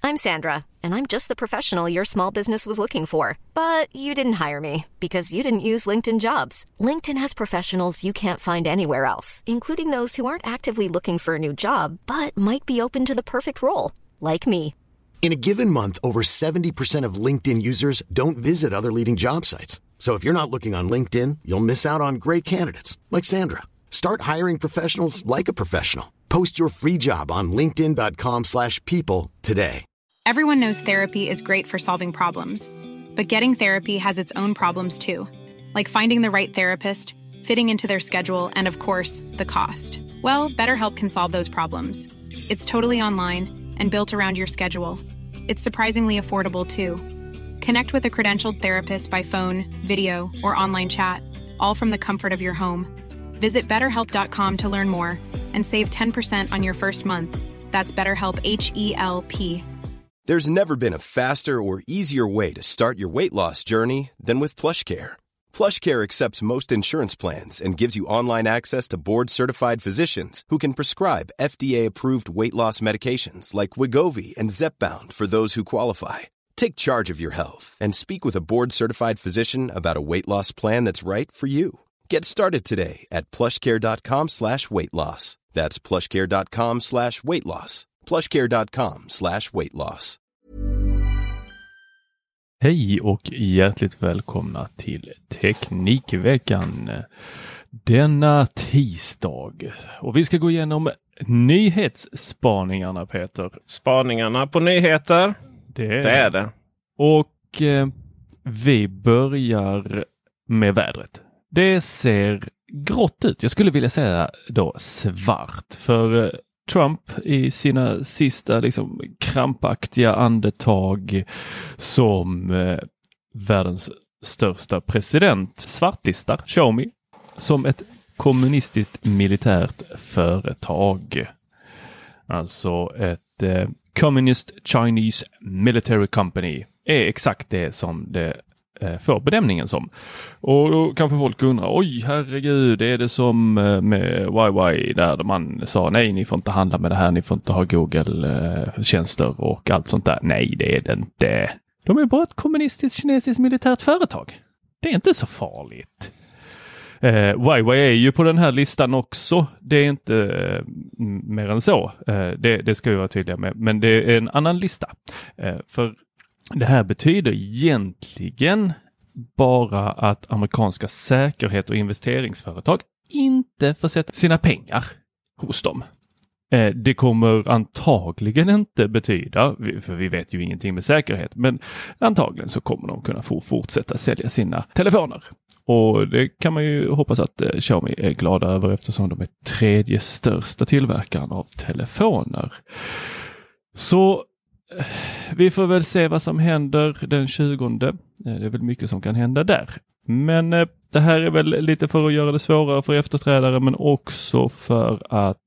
I'm Sandra, and I'm just the professional your small business was looking for. But you didn't hire me because you didn't use LinkedIn Jobs. LinkedIn has professionals you can't find anywhere else, including those who aren't actively looking for a new job, but might be open to the perfect role, like me. In a given month, over 70% of LinkedIn users don't visit other leading job sites. So if you're not looking on LinkedIn, you'll miss out on great candidates like Sandra. Start hiring professionals like a professional. Post your free job on linkedin.com/people today. Everyone knows therapy is great for solving problems, but getting therapy has its own problems too, like finding the right therapist, fitting into their schedule, and of course, the cost. Well, BetterHelp can solve those problems. It's totally online and built around your schedule. It's surprisingly affordable too. Connect with a credentialed therapist by phone, video, or online chat, all from the comfort of your home. Visit BetterHelp.com to learn more and save 10% on your first month. That's BetterHelp, H-E-L-P. There's never been a faster or easier way to start your weight loss journey than with PlushCare. PlushCare accepts most insurance plans and gives you online access to board-certified physicians who can prescribe FDA-approved weight loss medications like Wegovy and Zepbound for those who qualify. Take charge of your health and speak with a board-certified physician about a weight loss plan that's right for you. Get started today at plushcare.com/weightloss. That's plushcare.com/weightloss. plushcare.com/weightloss. Hej och hjärtligt välkomna till Teknikveckan denna tisdag. Och vi ska gå igenom nyhetsspaningarna, Peter. Spaningarna på nyheter, det är det. Och vi börjar med vädret. Det ser grått ut. Jag skulle vilja säga då svart. För Trump i sina sista krampaktiga andetag som världens största president svartlistar Xiaomi som ett kommunistiskt militärt företag. Alltså ett Communist Chinese Military Company är exakt det som det får benämningen som. Och då kanske folk undrar, oj herregud, är det som med Huawei där man sa nej, ni får inte handla med det här, ni får inte ha Google-tjänster och allt sånt där. Nej, det är det inte. De är bara ett kommunistiskt kinesiskt militärt företag. Det är inte så farligt. Huawei är ju på den här listan också. Det är inte mer än så. Det ska vi vara tydliga med. Men det är en annan lista. För det här betyder egentligen bara att amerikanska säkerhet och investeringsföretag inte får sätta sina pengar hos dem. Det kommer antagligen inte betyda, för vi vet ju ingenting med säkerhet, men antagligen så kommer de kunna få fortsätta sälja sina telefoner. Och det kan man ju hoppas att Xiaomi är glada över eftersom de är tredje största tillverkaren av telefoner. Så vi får väl se vad som händer den 20. Det är väl mycket som kan hända där. Men det här är väl lite för att göra det svårare för efterträdare, men också för att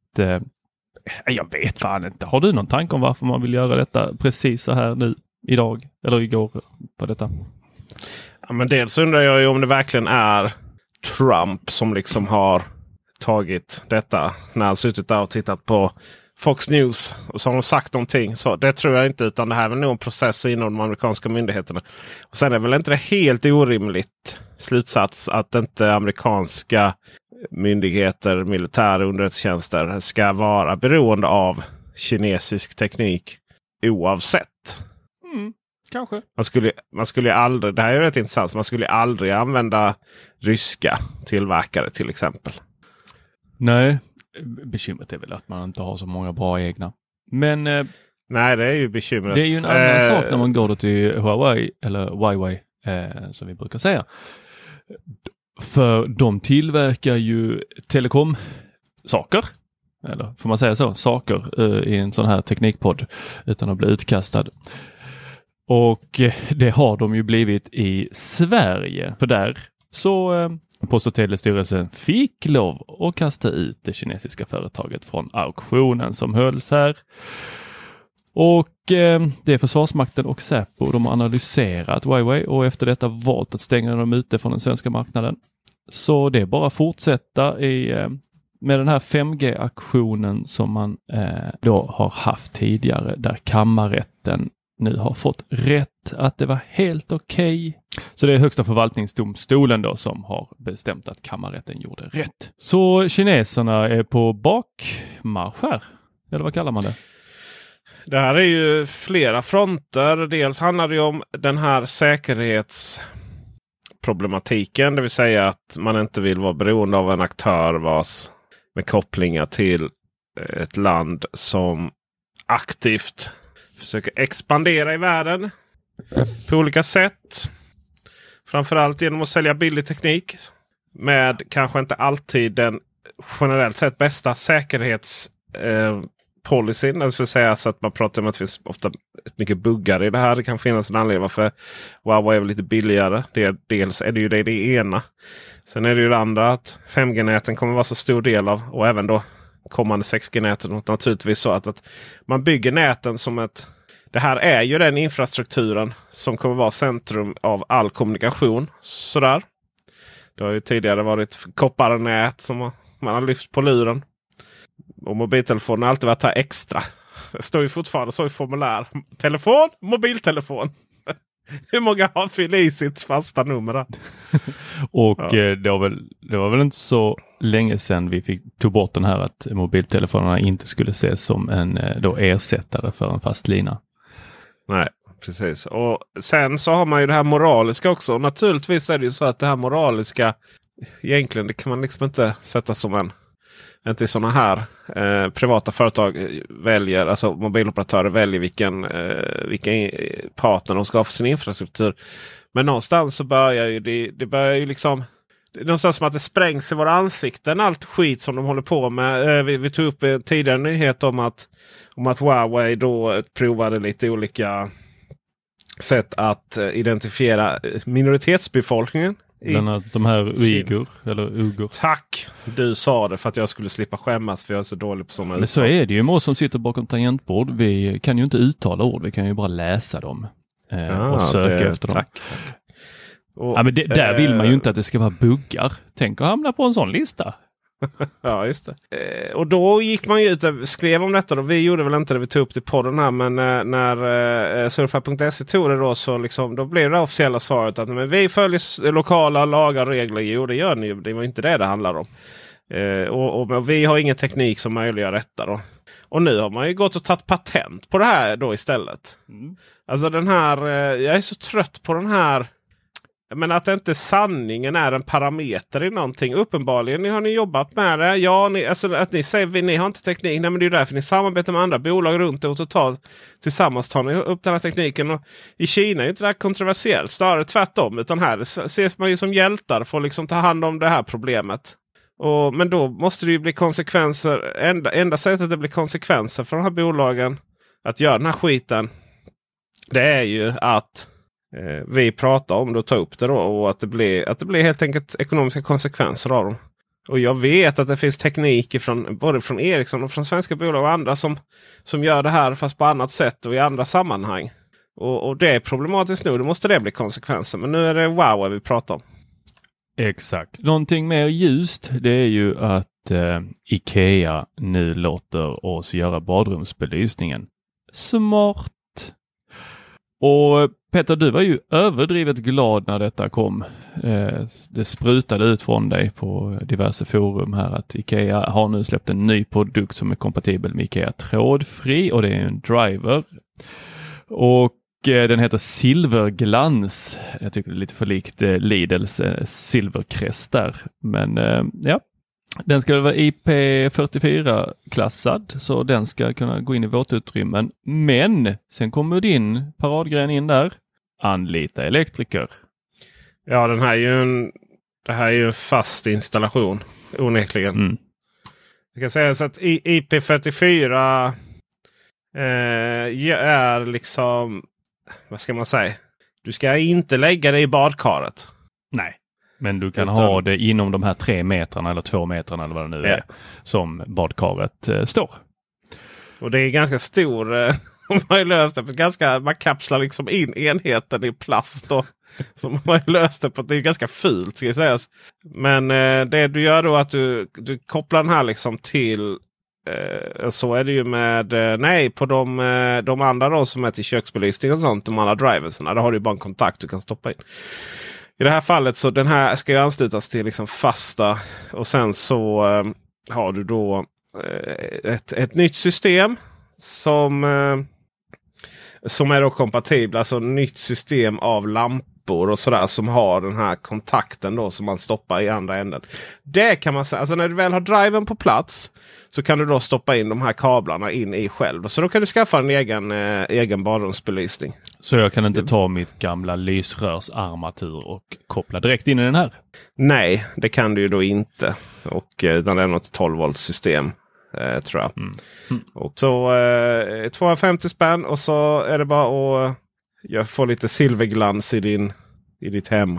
jag vet fan inte. Har du någon tanke om varför man vill göra detta precis så här nu, idag eller igår på detta? Ja, men dels undrar jag ju om det verkligen är Trump som har tagit detta när han suttit där och tittat på Fox News och så har de sagt någonting. Så det tror jag inte, utan det här är väl nog en process inom de amerikanska myndigheterna. Och sen är väl inte det helt orimligt slutsats att inte amerikanska myndigheter, militära underrättelsetjänster ska vara beroende av kinesisk teknik oavsett. Kanske. Man skulle aldrig, det här är rätt intressant, man skulle aldrig använda ryska tillverkare till exempel. Nej. Bekymret är väl att man inte har så många bra egna. Men nej, det är ju bekymret. Det är ju en annan sak när man går då till Huawei eller Huawei som vi brukar säga. För de tillverkar ju telekom-saker. Eller får man säga så? Saker i en sån här teknikpodd utan att bli utkastad. Och det har de ju blivit i Sverige. För där så Post- och telestyrelsen fick lov att kasta ut det kinesiska företaget från auktionen som hölls här. Och det är Försvarsmakten och Säpo, de har analyserat Huawei och efter detta valt att stänga dem ute från den svenska marknaden. Så det är bara att fortsätta med den här 5G-aktionen som man då har haft tidigare, där kammarrätten nu har fått rätt att det var helt okej. Så det är Högsta förvaltningsdomstolen då som har bestämt att kammarrätten gjorde rätt. Så kineserna är på bakmarsch här. Eller vad kallar man det? Det här är ju flera fronter. Dels handlar det om den här säkerhetsproblematiken. Det vill säga att man inte vill vara beroende av en aktör med kopplingar till ett land som aktivt försöker expandera i världen på olika sätt. Framförallt genom att sälja billig teknik. Med kanske inte alltid den generellt sett bästa säkerhetspolicyn. Det vill säga så att man pratar om att det finns ofta mycket buggar i det här. Det kan finnas en anledning varför Huawei är väl lite billigare. Dels är det ju det ena. Sen är det ju det andra att 5G-näten kommer vara så stor del av. Och även då kommande 6G-näten. Naturligtvis så att man bygger näten som ett... Det här är ju den infrastrukturen som kommer vara centrum av all kommunikation. Sådär. Det har ju tidigare varit kopparnät som man har lyft på luren. Och mobiltelefonen har alltid varit här extra. Det står ju fortfarande så i formulär. Telefon, mobiltelefon. Hur många har fyller i sitt fasta nummer där? Och ja. Det var väl inte så länge sedan vi tog bort den här att mobiltelefonerna inte skulle ses som en då ersättare för en fast lina. Nej, precis. Och sen så har man ju det här moraliska också. Och naturligtvis är det ju så att det här moraliska, egentligen det kan man liksom inte sätta som inte sådana här privata företag väljer, alltså mobiloperatörer väljer vilken partner de ska ha för sin infrastruktur. Men någonstans så börjar ju det börjar ju liksom, det är någonstans som att det sprängs i våra ansikten allt skit som de håller på med. Vi tog upp en tidigare nyhet om att Huawei då provade lite olika sätt att identifiera minoritetsbefolkningen. De här Uyghur. Tack! Du sa det för att jag skulle slippa skämmas för jag är så dålig på sådana uttal. Men så är det ju med oss som sitter bakom tangentbord. Vi kan ju inte uttala ord, vi kan ju bara läsa dem och söka efter dem. Tack. Och, ja, men där vill man ju inte att det ska vara buggar. Tänk att hamna på en sån lista. Ja, just det. Och då gick man ju ut och skrev om detta. Och vi gjorde väl inte det, vi tog upp det i podden här. Men när surfa.se tog det då så liksom, då blev det officiella svaret att men vi följer lokala lagar och regler. Jo, det gör ni ju. Det var inte det handlar om. Och vi har ingen teknik som möjliggör detta då. Och nu har man ju gått och tagit patent på det här då istället. Alltså den här, jag är så trött på den här. Men att inte sanningen är en parameter i någonting. Uppenbarligen har ni jobbat med det. Ja, att ni säger ni har inte teknik. Nej, men det är därför ni samarbetar med andra bolag runt och tillsammans tar ni upp den här tekniken. Och i Kina är inte det här kontroversiellt. Snarare tvärtom. Utan här ses man ju som hjältar för att liksom ta hand om det här problemet. Men då måste det ju bli konsekvenser. Enda sättet att det blir konsekvenser för de här bolagen att göra den här skiten. Det är ju att vi pratar om det och tar upp det då. Och att det blir helt enkelt ekonomiska konsekvenser av dem. Och jag vet att det finns teknik både från Ericsson och från svenska bolag och andra som gör det här fast på annat sätt och i andra sammanhang. Och det är problematiskt nu. Då måste det bli konsekvenser. Men nu är det Huawei vi pratar om. Exakt. Någonting mer ljust, det är ju att IKEA nu låter oss göra badrumsbelysningen. Smart. Och Peter, du var ju överdrivet glad när detta kom. Det sprutade ut från dig på diverse forum här att IKEA har nu släppt en ny produkt som är kompatibel med IKEA trådfri, och det är en driver. Och den heter Silverglans. Jag tycker det är lite för likt Lidls Silvercrest där. Men ja, den ska vara IP44-klassad, så den ska kunna gå in i våtutrymmen. Men sen kommer din paradgren in där. Anlita elektriker. Ja, det här är ju en fast installation, onekligen. Jag kan säga så att IP44 är liksom, vad ska man säga? Du ska inte lägga det i badkaret. Nej. Men du kan ha det inom de här 3 metrarna eller 2 metrarna eller vad det nu är som badkaret står. Och det är ganska stor, man kapslar liksom in enheten i plast och som har löst det på det är ganska fult ska jag säga. Men det du gör då att du kopplar den här liksom till så är det ju med på de andra då som är till köksbelysning och sånt, de andra driverserna. Där har du bara en kontakt du kan stoppa in. I det här fallet så den här ska ju anslutas till liksom fasta och sen så har du då ett nytt system som är då kompatibel, alltså nytt system av lampor och sådär som har den här kontakten då som man stoppar i andra änden. Det kan man säga, alltså när du väl har driven på plats så kan du då stoppa in de här kablarna in i själv. Så då kan du skaffa en egen badrumsbelysning. Så jag kan inte ta mitt gamla lysrörsarmatur och koppla direkt in i den här? Nej, det kan du ju då inte. Och utan det är något 12 volt system. Tror jag. Och så 250 spänn och så är det bara att få lite silverglans i ditt hem.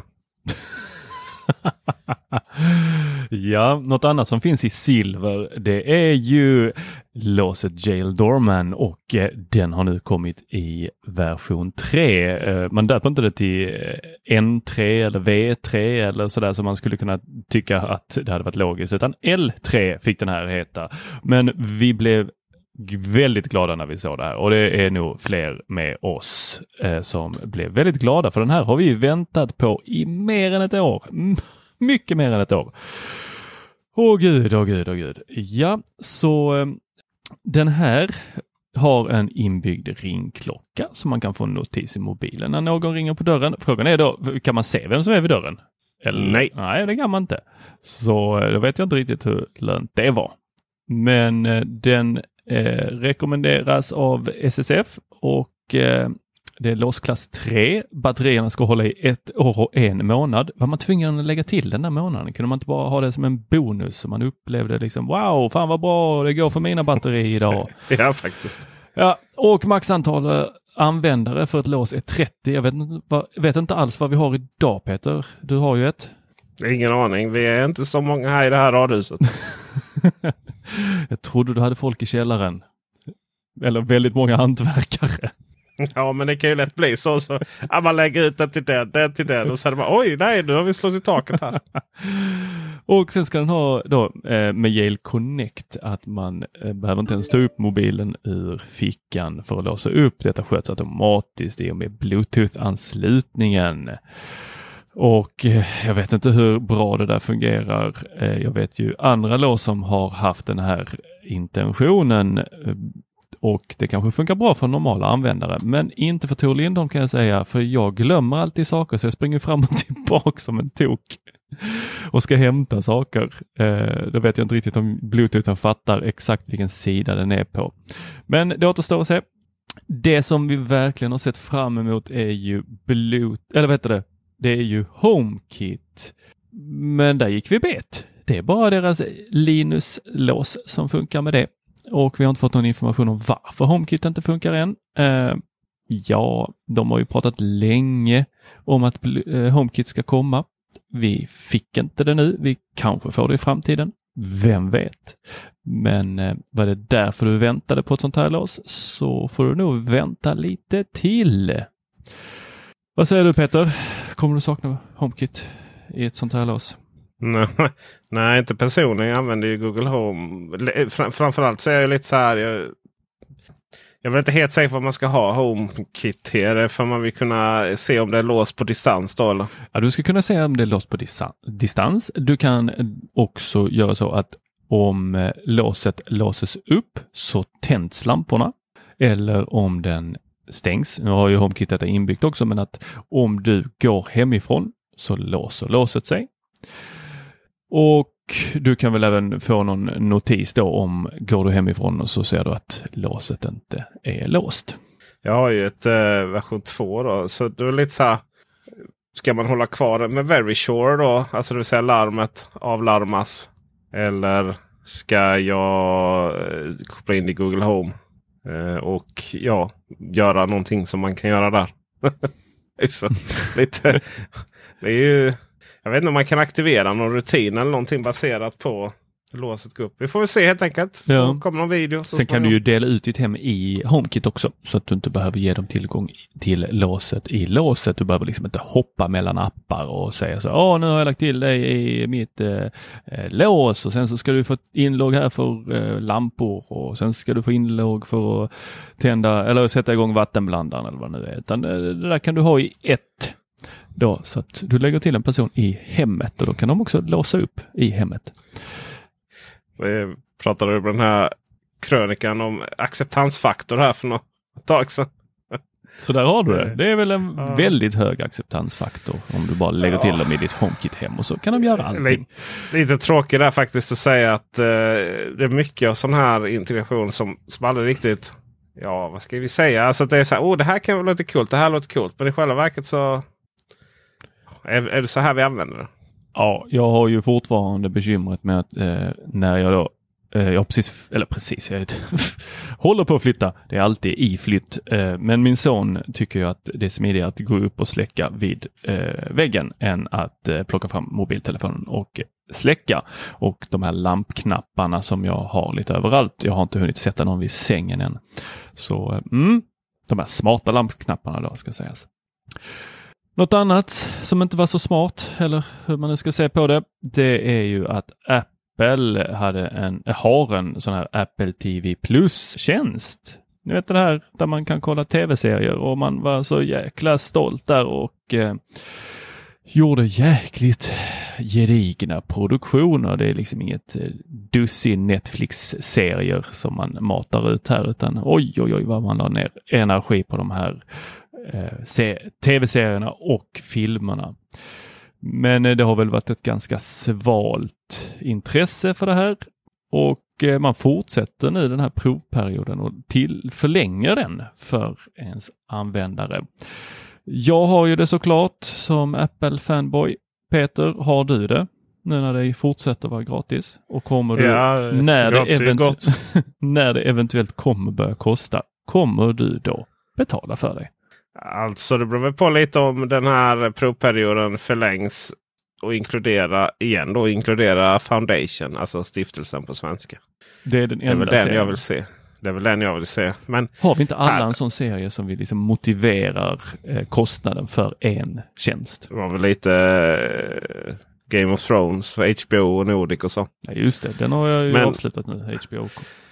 Ja, något annat som finns i silver det är ju låset Jail Doorman och den har nu kommit i version 3. Man döper inte det till N3 eller V3 eller sådär som man skulle kunna tycka att det hade varit logiskt, utan L3 fick den här heta. Men vi blev väldigt glada när vi såg det här och det är nog fler med oss som blev väldigt glada, för den här har vi ju väntat på i mer än ett år. Mycket mer än ett år. Åh gud. Ja, så den här har en inbyggd ringklocka så man kan få en notis i mobilen när någon ringer på dörren. Frågan är då, kan man se vem som är vid dörren? Eller? Nej, det kan man inte. Så då vet jag inte riktigt hur lönt det var. Men den rekommenderas av SSF och det är låsklass 3. Batterierna ska hålla i 1 år och 1 månad. Var man tvungen att lägga till den där månaden? Kunde man inte bara ha det som en bonus så man upplevde liksom wow, fan vad bra det går för mina batterier idag. Ja, faktiskt. Ja, och maxantal användare för ett lås är 30. Jag vet inte alls vad vi har idag, Peter. Du har ju ett. Ingen aning. Vi är inte så många här i det här radhuset. Jag trodde du hade folk i källaren. Eller väldigt många hantverkare. Ja, men det kan ju lätt bli så man lägger ut den till den och sen bara, oj, nej, nu har vi slått i taket här. Och sen ska den ha då med Yale Connect att man behöver inte ens ta upp mobilen ur fickan för att låsa upp. Detta sköts automatiskt i och med Bluetooth-anslutningen. Och jag vet inte hur bra det där fungerar. Jag vet ju andra lås som har haft den här intentionen och det kanske funkar bra för normala användare, men inte för Tor Lindholm kan jag säga, för jag glömmer alltid saker så jag springer fram och tillbaka som en tok och ska hämta saker. Då vet jag inte riktigt om Bluetoothen fattar exakt vilken sida den är på. Men det återstår att se. Det som vi verkligen har sett fram emot är ju det är ju HomeKit. Men där gick vi bet. Det är bara deras Linus-lås som funkar med det. Och vi har inte fått någon information om varför HomeKit inte funkar än. Ja, de har ju pratat länge om att HomeKit ska komma. Vi fick inte det nu. Vi kanske får det i framtiden. Vem vet? Men var det därför du väntade på ett sånt här lås så får du nog vänta lite till. Vad säger du, Peter? Kommer du sakna HomeKit i ett sånt här lås? Nej, inte personligen. Jag använder ju Google Home. Framförallt så är jag lite så här. Jag vill inte helt säga vad man ska ha HomeKit här. För man vill kunna se om det är låst på distans då, eller? Ja, du ska kunna se om det är låst på distans. Du kan också göra så att om låset låses upp så tänds lamporna. Eller om den stängs. Nu har ju HomeKit detta inbyggt också, men att om du går hemifrån så låser låset sig. Och du kan väl även få någon notis då om går du hemifrån och så ser du att låset inte är låst. Jag har ju ett version 2 då, så det är lite så här, ska man hålla kvar det med Verisure då, alltså det vill säga larmet avlarmas, eller ska jag koppla in i Google Home och ja, göra någonting som man kan göra där. Så, lite, det är ju, jag vet inte om man kan aktivera någon rutin eller någonting baserat på låset gå upp. Vi får väl se helt enkelt. Ja. Kommer någon video. Sen kan du ju dela ut ditt hem i HomeKit också så att du inte behöver ge dem tillgång till låset i låset. Du behöver liksom inte hoppa mellan appar och säga så nu har jag lagt till dig i mitt lås och sen så ska du få inlogg här för lampor och sen ska du få inlogg för att tända eller sätta igång vattenblandaren eller vad det nu är. Utan det där kan du ha i ett då så att du lägger till en person i hemmet och då kan de också låsa upp i hemmet. Pratade du med den här krönikan om acceptansfaktor här för något tag sedan. Så där har du det. Det är väl en väldigt hög acceptansfaktor om du bara lägger till dem i ditt HomeKit-hem och så kan de göra allting. Lite tråkigt där faktiskt att säga att det är mycket av sån här integration som aldrig riktigt, vad ska vi säga? Alltså att det är så här, det här kan låta coolt, det här låter coolt. Men i själva verket så är det så här vi använder det. Ja, jag har ju fortfarande bekymret med att när jag då jag håller på att flytta. Det är alltid i flytt. Men min son tycker ju att det är smidigare att gå upp och släcka vid väggen än att plocka fram mobiltelefonen och släcka. Och de här lampknapparna som jag har lite överallt. Jag har inte hunnit sätta någon vid sängen än. Så de här smarta lampknapparna då ska sägas. Något annat som inte var så smart, eller hur man nu ska se på det, det är ju att Apple har en sån här Apple TV Plus-tjänst. Ni vet det här där man kan kolla tv-serier och man var så jäkla stolt där och gjorde jäkligt gedigna produktioner. Det är liksom inget dussin Netflix-serier som man matar ut här utan oj vad man la ner energi på de här tv-serierna och filmerna. Men det har väl varit ett ganska svalt intresse för det här och man fortsätter nu den här provperioden och förlänger den för ens användare. Jag har ju det såklart som Apple-fanboy. Peter, har du det? Nu när det fortsätter vara gratis och kommer du när det eventuellt kommer börja kosta, kommer du då betala för det? Alltså det beror på lite om den här provperioden förlängs och inkludera Foundation, alltså stiftelsen på svenska. Det är den enda serien jag vill se. Det är väl den jag vill se. Men har vi inte alla en sån serie som vi liksom motiverar kostnaden för en tjänst? Det var väl lite Game of Thrones för HBO och Nordic och så. Ja, just det, den har jag ju avslutat nu, HBO.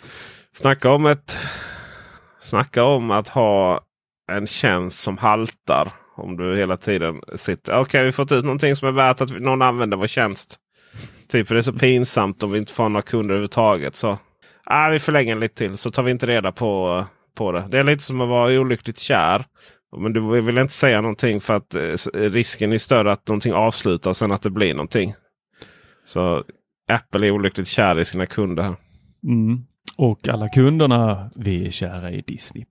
Snacka om att ha en tjänst som haltar om du hela tiden sitter. Okej, vi får ta ut någonting som är värt att någon använder vår tjänst. Typ för det är så pinsamt om vi inte får några kunder överhuvudtaget. Så vi förlänger lite till så tar vi inte reda på det. Det är lite som att vara olyckligt kär. Men du vill inte säga någonting för att risken är större att någonting avslutas än att det blir någonting. Så Apple är olyckligt kär i sina kunder här. Och alla kunderna, vi är kära i Disney+.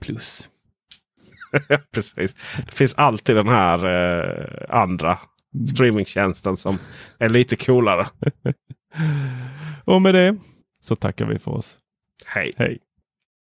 Precis. Det finns alltid den här andra streamingtjänsten som är lite coolare. Och med det så tackar vi för oss. Hej. Hej.